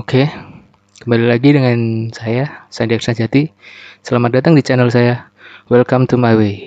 Oke, kembali lagi dengan saya, Sandi Aksajati. Selamat datang di channel saya. Welcome to my way.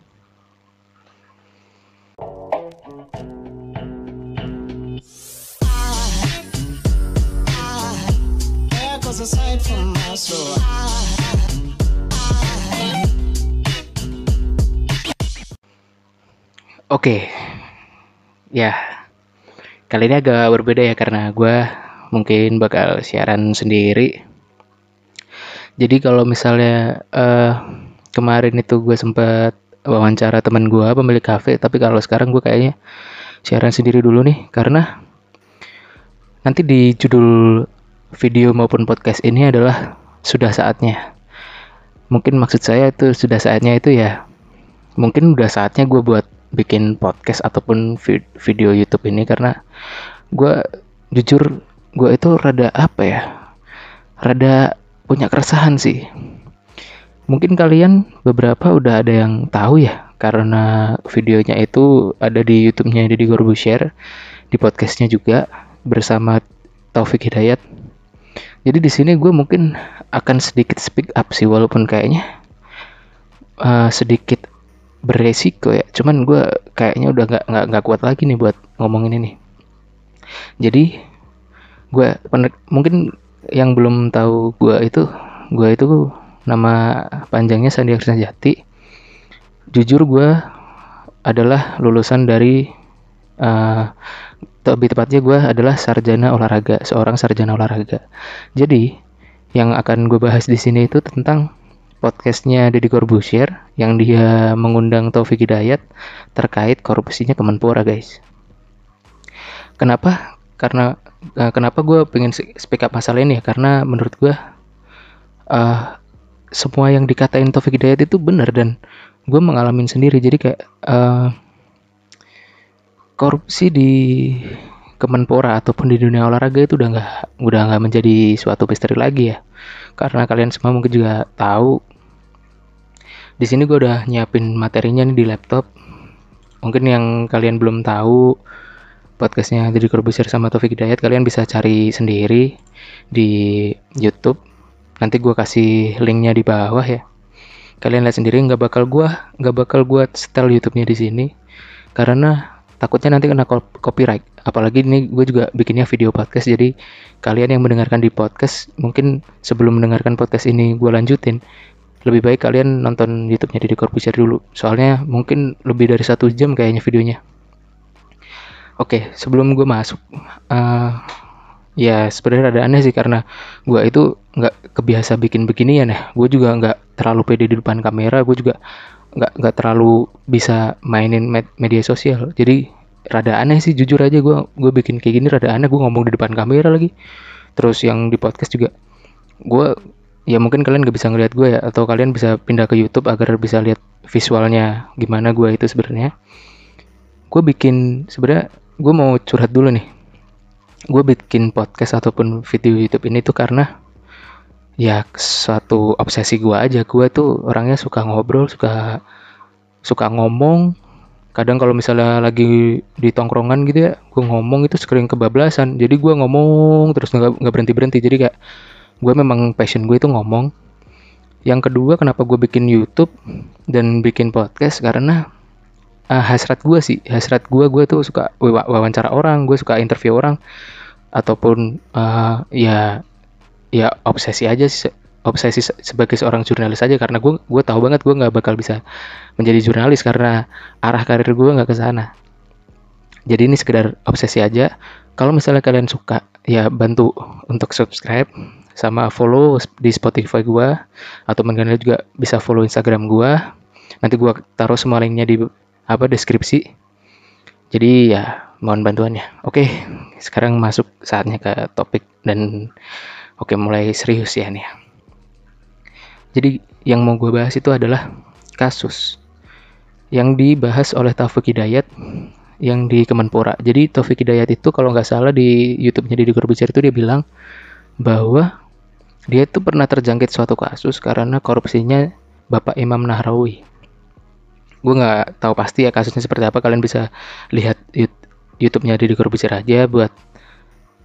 Oke, ya, kali ini agak berbeda ya karena gue mungkin bakal siaran sendiri. Jadi kalau misalnya kemarin itu gue sempat wawancara teman gue pemilik kafe, tapi kalau sekarang gue kayaknya siaran sendiri dulu nih karena nanti di judul video maupun podcast ini adalah sudah saatnya. Mungkin maksud saya itu sudah saatnya itu ya, mungkin udah saatnya gue buat bikin podcast ataupun video YouTube ini karena gue jujur gue itu rada punya keresahan sih. Mungkin kalian beberapa udah ada yang tahu ya karena videonya itu ada di YouTube-nya Deddy Corbuzier, di podcastnya juga bersama Taufik Hidayat. Jadi di sini gue mungkin akan sedikit speak up sih, walaupun kayaknya sedikit beresiko ya. Cuman gue kayaknya udah nggak kuat lagi nih buat ngomongin ini. Jadi gue mungkin yang belum tahu gue itu nama panjangnya Sandi Aksajati. Jujur gue adalah lulusan dari lebih tepatnya gue adalah seorang sarjana olahraga. Jadi yang akan gue bahas di sini itu tentang podcastnya Deddy Corbuzier yang dia mengundang Taufik Hidayat terkait korupsinya Kemenpora, guys. Kenapa gue pengen speak up masalah ini ya? Karena menurut gue semua yang dikatain Taufik Hidayat itu benar dan gue mengalami sendiri. Jadi kayak korupsi di Kemenpora ataupun di dunia olahraga itu udah nggak menjadi suatu misteri lagi ya. Karena kalian semua mungkin juga tahu. Di sini gue udah nyiapin materinya nih di laptop. Mungkin yang kalian belum tahu podcastnya Deddy Corbuzier sama Taufik Hidayat, kalian bisa cari sendiri di YouTube. Nanti gue kasih linknya di bawah ya. Kalian lihat sendiri, nggak bakal gue setel YouTube-nya di sini karena takutnya nanti kena copyright. Apalagi ini gue juga bikinnya video podcast, jadi kalian yang mendengarkan di podcast, mungkin sebelum mendengarkan podcast ini gue lanjutin, lebih baik kalian nonton YouTube-nya Deddy Corbuzier dulu. Soalnya mungkin lebih dari 1 jam kayaknya videonya. Oke, sebelum gue masuk, ya sebenarnya ada aneh sih karena gue itu nggak kebiasa bikin beginian ya. Gue juga nggak terlalu pede di depan kamera. Gue juga nggak terlalu bisa mainin media sosial. Jadi rada aneh sih, jujur aja gue bikin kayak gini rada aneh. Gue ngomong di depan kamera lagi. Terus yang di podcast juga gue, ya mungkin kalian nggak bisa ngeliat gue ya, atau kalian bisa pindah ke YouTube agar bisa lihat visualnya gimana gue itu sebenarnya. Gue mau curhat dulu nih. Gue bikin podcast ataupun video YouTube ini tuh karena ya suatu obsesi gue aja. Gue tuh orangnya suka ngobrol, suka ngomong. Kadang kalau misalnya lagi di tongkrongan gitu ya, gue ngomong itu sering kebablasan. Jadi gue ngomong terus nggak berhenti. Jadi kayak gue memang passion gue itu ngomong. Yang kedua, kenapa gue bikin YouTube dan bikin podcast, karena hasrat gue tuh suka wawancara orang, gue suka interview orang, ataupun ya obsesi aja sih, obsesi sebagai seorang jurnalis aja, karena gue tahu banget gue nggak bakal bisa menjadi jurnalis karena arah karir gue nggak ke sana. Jadi ini sekedar obsesi aja. Kalau misalnya kalian suka, ya bantu untuk subscribe sama follow di Spotify gue, atau kalian juga bisa follow Instagram gue. Nanti gue taruh semua linknya di deskripsi. Jadi ya mohon bantuannya. Oke, sekarang masuk saatnya ke topik dan mulai serius ya nih. Jadi yang mau gue bahas itu adalah kasus yang dibahas oleh Taufik Hidayat yang di Kemenpora. Jadi Taufik Hidayat itu kalau nggak salah di YouTube-nya Deddy Corbuzier itu dia bilang bahwa dia itu pernah terjangkit suatu kasus karena korupsinya Bapak Imam Nahrawi. Gue nggak tahu pasti ya kasusnya seperti apa. Kalian bisa lihat YouTube-nya Deddy Corbuzier aja buat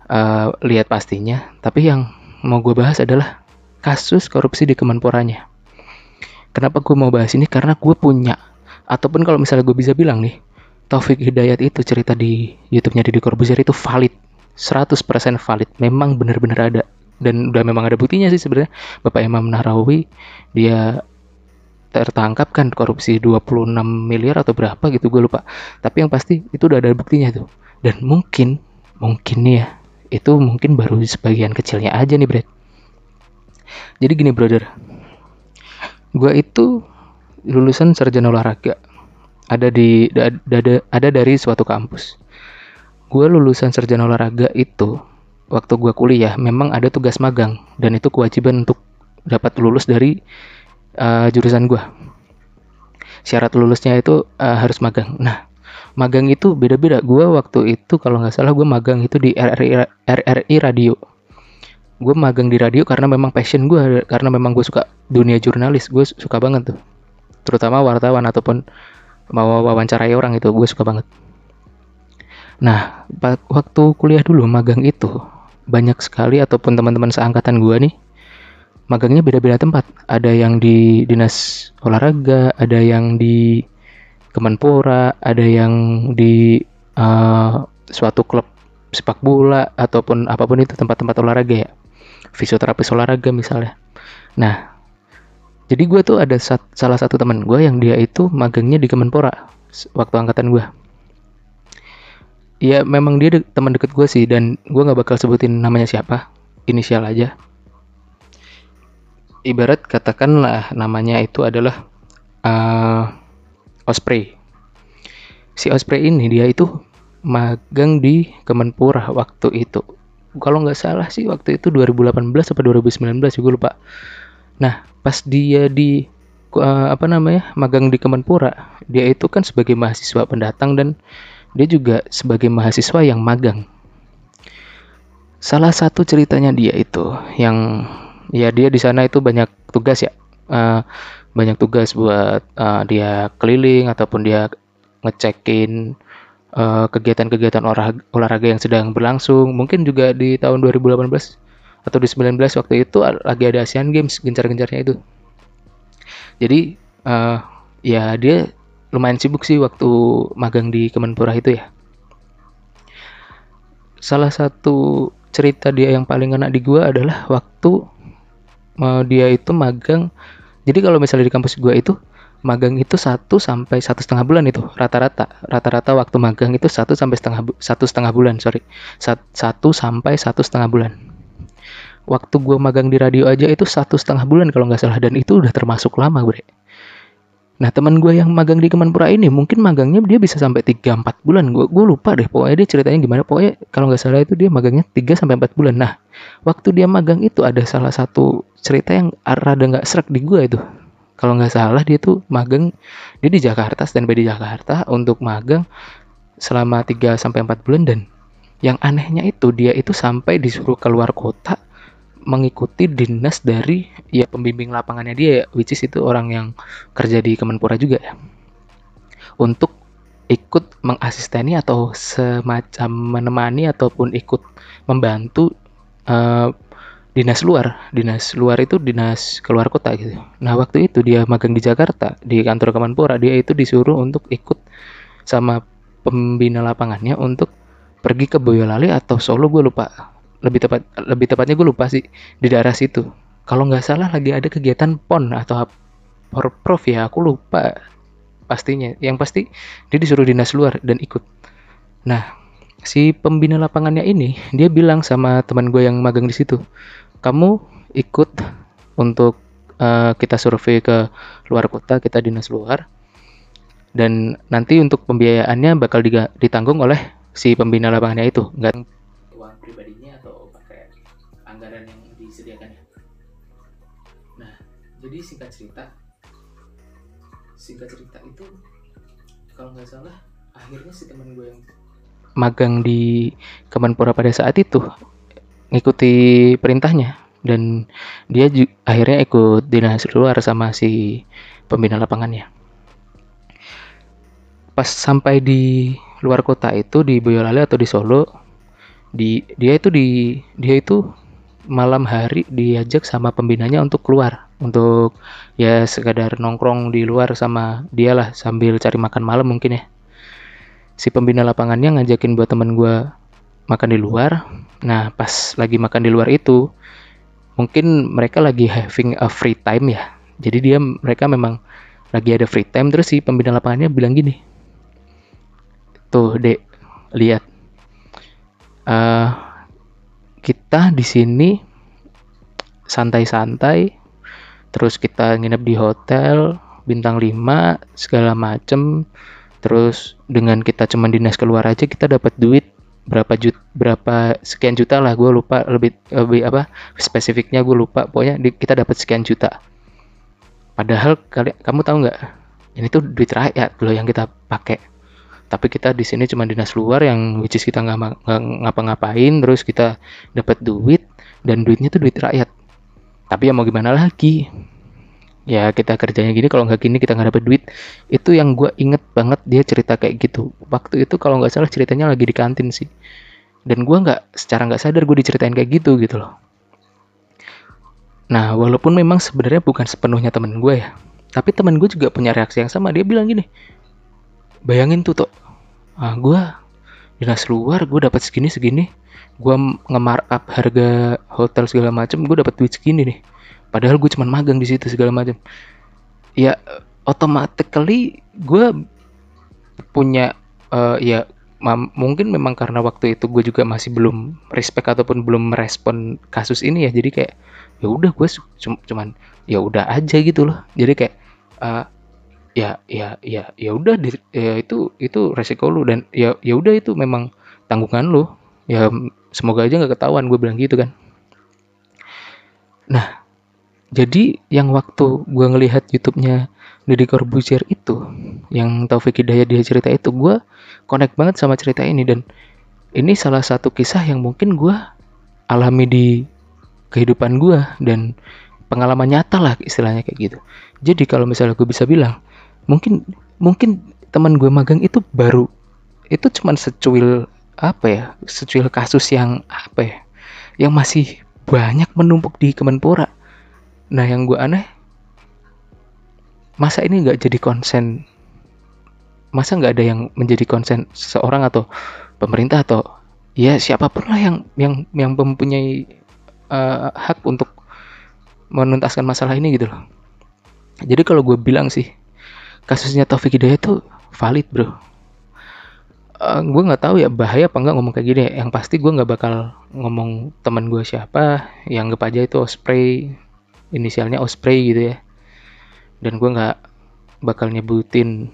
lihat pastinya. Tapi yang mau gue bahas adalah kasus korupsi di Kemenporanya. Kenapa gue mau bahas ini? Karena gue punya, ataupun kalau misalnya gue bisa bilang nih, Taufik Hidayat itu cerita di YouTube-nya Deddy Corbuzier itu valid, 100% valid, memang benar-benar ada. Dan udah memang ada buktinya sih sebenarnya. Bapak Imam Nahrawi, dia tertangkap kan korupsi 26 miliar atau berapa gitu, gue lupa. Tapi yang pasti itu udah ada buktinya tuh. Dan mungkin nih ya, itu mungkin baru sebagian kecilnya aja nih, Brad. Jadi gini, brother. Gue itu lulusan sarjana olahraga. Ada dari suatu kampus. Gue lulusan sarjana olahraga itu waktu gue kuliah memang ada tugas magang, dan itu kewajiban untuk dapat lulus dari jurusan gue. Syarat lulusnya itu harus magang. Nah, magang itu beda-beda. Gue waktu itu kalau nggak salah gue magang itu di RRI Radio. Gue magang di radio karena memang passion gue, karena memang gue suka dunia jurnalis. Gue suka banget tuh, terutama wartawan ataupun mau wawancarai orang, itu gue suka banget. Nah, waktu kuliah dulu magang itu banyak sekali, ataupun teman-teman seangkatan gue nih magangnya beda-beda tempat. Ada yang di dinas olahraga, ada yang di Kemenpora, ada yang di suatu klub sepak bola ataupun apapun itu, tempat-tempat olahraga ya, fisioterapis olahraga misalnya. Nah, jadi gue tuh ada salah satu teman gue yang dia itu magangnya di Kemenpora waktu angkatan gue. Ya memang dia teman deket gue sih, dan gue nggak bakal sebutin namanya siapa, inisial aja. Ibarat katakanlah namanya itu adalah Osprey. Si Osprey ini dia itu magang di Kemenpora waktu itu. Kalau nggak salah sih waktu itu 2018 atau 2019, gue lupa. Nah, pas dia di magang di Kemenpora, dia itu kan sebagai mahasiswa pendatang, dan dia juga sebagai mahasiswa yang magang. Salah satu ceritanya dia itu yang ya dia di sana itu banyak tugas ya, banyak tugas buat dia keliling ataupun dia ngecekin kegiatan-kegiatan olahraga yang sedang berlangsung. Mungkin juga di tahun 2018 atau di 19 waktu itu lagi ada Asian Games, gencar-gencarnya itu. Jadi ya dia lumayan sibuk sih waktu magang di Kemenpora itu ya. Salah satu cerita dia yang paling kena di gua adalah waktu dia itu magang. Jadi kalau misalnya di kampus gua itu magang itu 1 sampai 1,5 bulan, itu rata-rata waktu magang itu 1 sampai 1,5 bulan, 1 sampai 1,5 bulan. Waktu gue magang di radio aja itu 1,5 bulan kalau nggak salah, dan itu udah termasuk lama, bre. Nah, teman gue yang magang di Kemenpora ini mungkin magangnya dia bisa sampai 3-4 bulan. Gue lupa deh pokoknya dia ceritanya gimana. Pokoknya kalau nggak salah itu dia magangnya 3-4 bulan. Nah, waktu dia magang itu ada salah satu cerita yang rada nggak serak di gue itu. Kalau nggak salah dia tuh magang, dia di Jakarta, standby di Jakarta untuk magang selama 3-4 bulan. Dan yang anehnya itu dia itu sampai disuruh keluar kota mengikuti dinas dari ya pembimbing lapangannya dia ya, which is itu orang yang kerja di Kemenpora juga ya, untuk ikut mengasisteni atau semacam menemani ataupun ikut membantu dinas luar itu dinas keluar kota gitu. Nah, waktu itu dia magang di Jakarta di kantor Kemenpora, dia itu disuruh untuk ikut sama pembina lapangannya untuk pergi ke Boyolali atau Solo, gue lupa. Lebih tepatnya gue lupa sih, di daerah situ. Kalau nggak salah lagi ada kegiatan PON atau Porprov ya, aku lupa pastinya. Yang pasti dia disuruh dinas luar dan ikut. Nah, si pembina lapangannya ini dia bilang sama teman gue yang magang di situ, kamu ikut untuk kita survei ke luar kota, kita dinas luar, dan nanti untuk pembiayaannya bakal ditanggung oleh si pembina lapangannya itu, nggak uang pribadinya atau pakai anggaran yang disediakan ya. Nah, jadi singkat cerita itu kalau nggak salah akhirnya si teman gue yang magang di Kemenpora pada saat itu ngikuti perintahnya, dan dia akhirnya ikut dinas luar sama si pembina lapangannya. Pas sampai di luar kota itu di Boyolali atau di Solo, Dia itu malam hari diajak sama pembinanya untuk keluar, untuk ya sekadar nongkrong di luar sama dia lah sambil cari makan malam mungkin ya. Si pembina lapangannya ngajakin buat temen gue makan di luar. Nah pas lagi makan di luar itu mungkin mereka lagi having a free time ya. Jadi mereka memang lagi ada free time. Terus si pembina lapangannya bilang gini, tuh dek, lihat, eh kita di sini santai-santai, terus kita nginep di hotel bintang 5 segala macem, terus dengan kita cuman dinas keluar aja kita dapat duit berapa sekian juta lah, gue lupa lebih apa spesifiknya, gue lupa, pokoknya kita dapat sekian juta. Padahal kamu tahu nggak, ini tuh duit rakyat loh yang kita pakai, tapi kita di sini cuma dinas luar yang which is kita nggak ngapa-ngapain, terus kita dapat duit dan duitnya tuh duit rakyat. Tapi ya mau gimana lagi, ya kita kerjanya gini, kalau nggak gini kita nggak dapet duit. Itu yang gue inget banget, dia cerita kayak gitu waktu itu, kalau nggak salah ceritanya lagi di kantin sih, dan gue secara nggak sadar gue diceritain kayak gitu loh. Nah walaupun memang sebenarnya bukan sepenuhnya temen gue ya, tapi temen gue juga punya reaksi yang sama. Dia bilang gini, bayangin tuh Tok, gue dinas luar gue dapat segini, gue nge-markup harga hotel segala macem, gue dapat duit segini nih, padahal gue cuma magang di situ segala macam. Ya automatically gue punya ya mungkin memang karena waktu itu gue juga masih belum respect ataupun belum merespon kasus ini ya, jadi kayak ya udah gue cuman ya udah aja gitu loh. Jadi kayak ya udah, ya itu resiko lu, dan ya udah itu memang tanggungan lu, ya semoga aja nggak ketahuan, gue bilang gitu kan. Nah jadi yang waktu gue ngelihat YouTube-nya Deddy Corbuzier itu, yang Taufik Hidayat dia cerita itu, gue connect banget sama cerita ini, dan ini salah satu kisah yang mungkin gue alami di kehidupan gue dan pengalaman nyata lah istilahnya kayak gitu. Jadi kalau misalnya gue bisa bilang, mungkin teman gue magang itu baru, itu cuman secuil kasus yang yang masih banyak menumpuk di Kemenpora. Nah yang gue aneh, masa ini nggak jadi konsen, masa nggak ada yang menjadi konsen seseorang atau pemerintah atau ya siapapun lah yang mempunyai hak untuk menuntaskan masalah ini gitu loh. Jadi kalau gue bilang sih, kasusnya Taufik Hidayat tuh valid bro. Gue nggak tahu ya bahaya apa nggak ngomong kayak gini ya. Yang pasti gue nggak bakal ngomong teman gue siapa, yang anggap aja itu Osprey, inisialnya Osprey gitu ya, dan gue nggak bakal nyebutin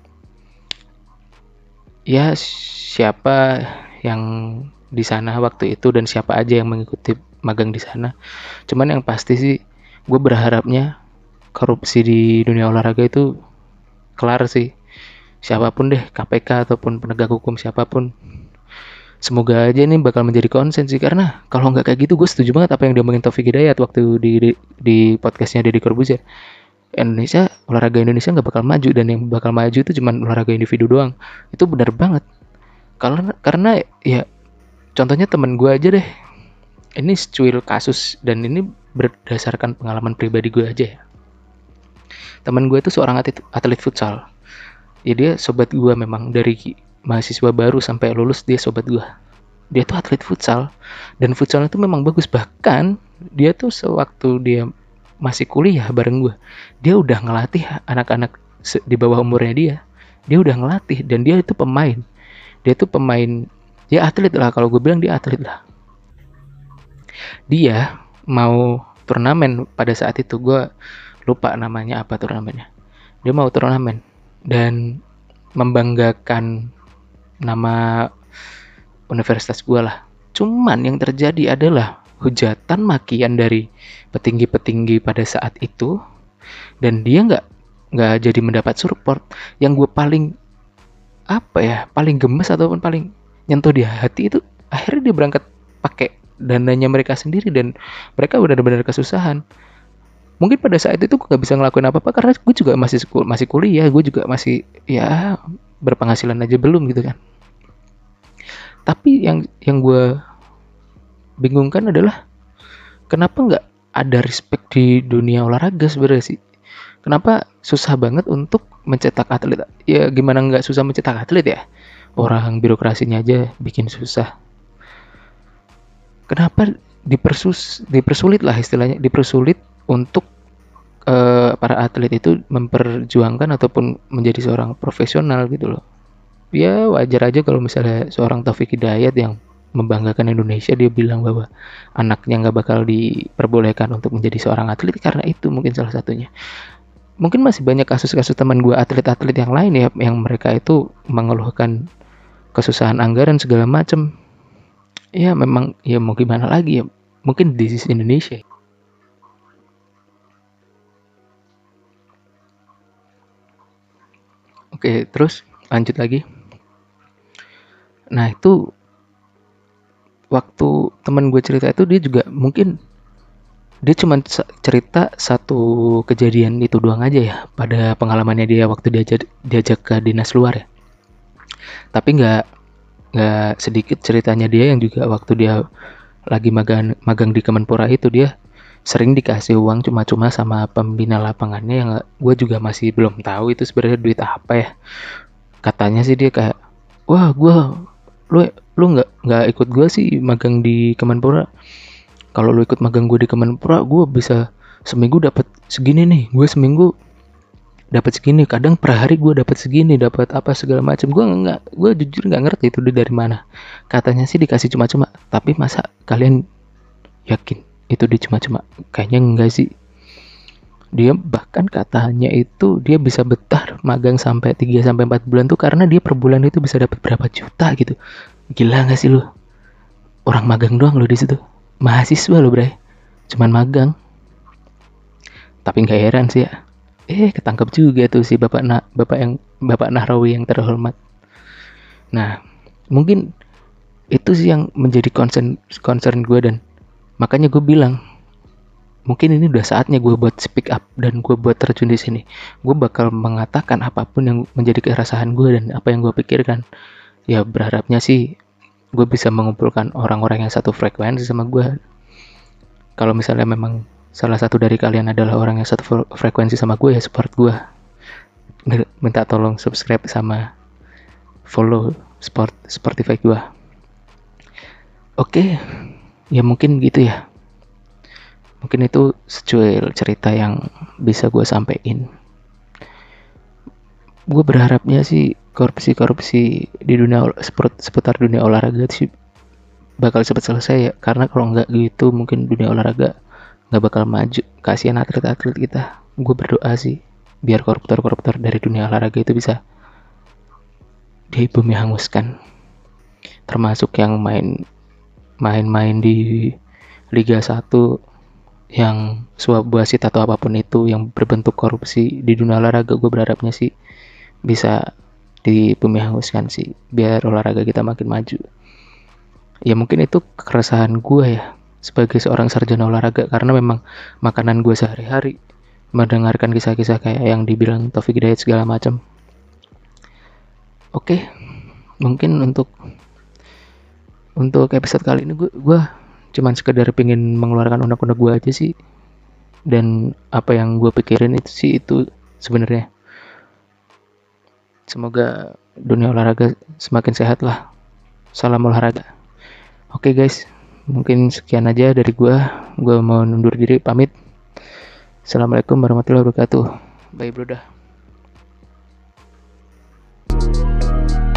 ya siapa yang di sana waktu itu dan siapa aja yang mengikuti magang di sana. Cuman yang pasti sih gue berharapnya korupsi di dunia olahraga itu kelar sih, siapapun deh, KPK ataupun penegak hukum siapapun. Semoga aja ini bakal menjadi konsen sih, karena kalau nggak kayak gitu, gue setuju banget apa yang diomongin Taufik Hidayat waktu di podcastnya Deddy Corbuzier. Olahraga Indonesia nggak bakal maju, dan yang bakal maju itu cuma olahraga individu doang. Itu benar banget. Karena ya contohnya temen gue aja deh. Ini secuil kasus dan ini berdasarkan pengalaman pribadi gue aja ya. Temen gue itu seorang atlet futsal. Ya dia sobat gue, memang dari mahasiswa baru sampai lulus dia sobat gue. Dia tuh atlet futsal, dan futsalnya tuh memang bagus. Bahkan dia tuh sewaktu dia masih kuliah bareng gue, dia udah ngelatih anak-anak di bawah umurnya dia udah ngelatih, dan dia tuh pemain, dia atlet lah, kalau gue bilang dia atlet lah. Dia mau turnamen pada saat itu, gue lupa namanya apa turnamennya. Dia mau turnamen dan membanggakan nama universitas gue lah. Cuman yang terjadi adalah hujatan makian dari petinggi-petinggi pada saat itu, dan dia nggak jadi mendapat support. Yang gue paling gemes ataupun paling nyentuh di hati itu, akhirnya dia berangkat pakai dananya mereka sendiri, dan mereka benar-benar kesusahan. Mungkin pada saat itu gue gak bisa ngelakuin apa-apa karena gue juga masih kuliah, gue juga masih ya berpenghasilan aja belum gitu kan. Tapi yang gue bingungkan adalah kenapa nggak ada respect di dunia olahraga sebenarnya sih. Kenapa susah banget untuk mencetak atlet? Ya gimana nggak susah mencetak atlet ya? Orang birokrasinya aja bikin susah. Kenapa dipersulit lah istilahnya, dipersulit untuk para atlet itu memperjuangkan ataupun menjadi seorang profesional gitu loh. Ya wajar aja kalau misalnya seorang Taufik Hidayat yang membanggakan Indonesia dia bilang bahwa anaknya nggak bakal diperbolehkan untuk menjadi seorang atlet karena itu mungkin salah satunya. Mungkin masih banyak kasus-kasus teman gue atlet-atlet yang lain ya yang mereka itu mengeluhkan kesusahan anggaran segala macam. Ya memang ya mau gimana lagi ya, mungkin this is Indonesia. Oke, terus lanjut lagi. Nah itu waktu teman gue cerita itu dia juga mungkin dia cuma cerita satu kejadian itu doang aja ya pada pengalamannya dia waktu diajak ke dinas luar ya. Tapi nggak sedikit ceritanya dia yang juga waktu dia lagi magang di Kemenpora itu dia sering dikasih uang cuma-cuma sama pembina lapangannya yang gue juga masih belum tahu itu sebenarnya duit apa ya. Katanya sih dia kayak, wah gue lu nggak ikut gue sih magang di Kemenpora. Kalau lu ikut magang gue di Kemenpora, gue bisa seminggu dapat segini nih. Gue seminggu dapat segini. Kadang per hari gue dapat segini, dapat apa segala macam. Gue jujur nggak ngerti itu dari mana. Katanya sih dikasih cuma-cuma. Tapi masa kalian yakin itu dia cuma-cuma? Kayaknya enggak sih. Dia bahkan katanya itu dia bisa betah magang sampai 3 sampai 4 bulan tuh karena dia per bulan itu bisa dapat berapa juta gitu. Gila nggak sih lu? Orang magang doang lu di situ. Mahasiswa lo bray, cuman magang. Tapi nggak heran sih ya, ketangkep juga tuh si bapak Nahrawi yang terhormat. Nah mungkin itu sih yang menjadi concern gue, dan makanya gue bilang mungkin ini udah saatnya gue buat speak up dan gue buat terjun di sini. Gue bakal mengatakan apapun yang menjadi keresahan gue dan apa yang gue pikirkan. Ya berharapnya sih gue bisa mengumpulkan orang-orang yang satu frekuensi sama gue. Kalau misalnya memang salah satu dari kalian adalah orang yang satu frekuensi sama gue, ya support gue. Minta tolong subscribe sama follow Spotify gue. Oke, ya mungkin gitu ya. Mungkin itu secuil cerita yang bisa gue sampein. Gue berharapnya sih korupsi di dunia seputar dunia olahraga sih bakal cepat selesai ya. Karena kalau nggak gitu mungkin dunia olahraga nggak bakal maju. Kasihan atlet-atlet kita. Gue berdoa sih biar koruptor-koruptor dari dunia olahraga itu bisa dibumi hanguskan. Termasuk yang main di Liga 1 yang suap wasit atau apapun itu yang berbentuk korupsi di dunia olahraga. Gue berharapnya sih bisa dibumi hanguskan sih biar olahraga kita makin maju. Ya mungkin itu keresahan gue ya sebagai seorang sarjana olahraga, karena memang makanan gue sehari-hari mendengarkan kisah-kisah kayak yang dibilang Taufik Hidayat segala macam. Oke, mungkin untuk episode kali ini gue cuman sekedar pengen mengeluarkan unek-unek gue aja sih, dan apa yang gue pikirin itu sih itu sebenarnya. Semoga dunia olahraga semakin sehat lah. Salam olahraga. Oke guys, mungkin sekian aja dari gue. Gue mau undur diri, pamit. Assalamualaikum warahmatullahi wabarakatuh. Bye bro dah.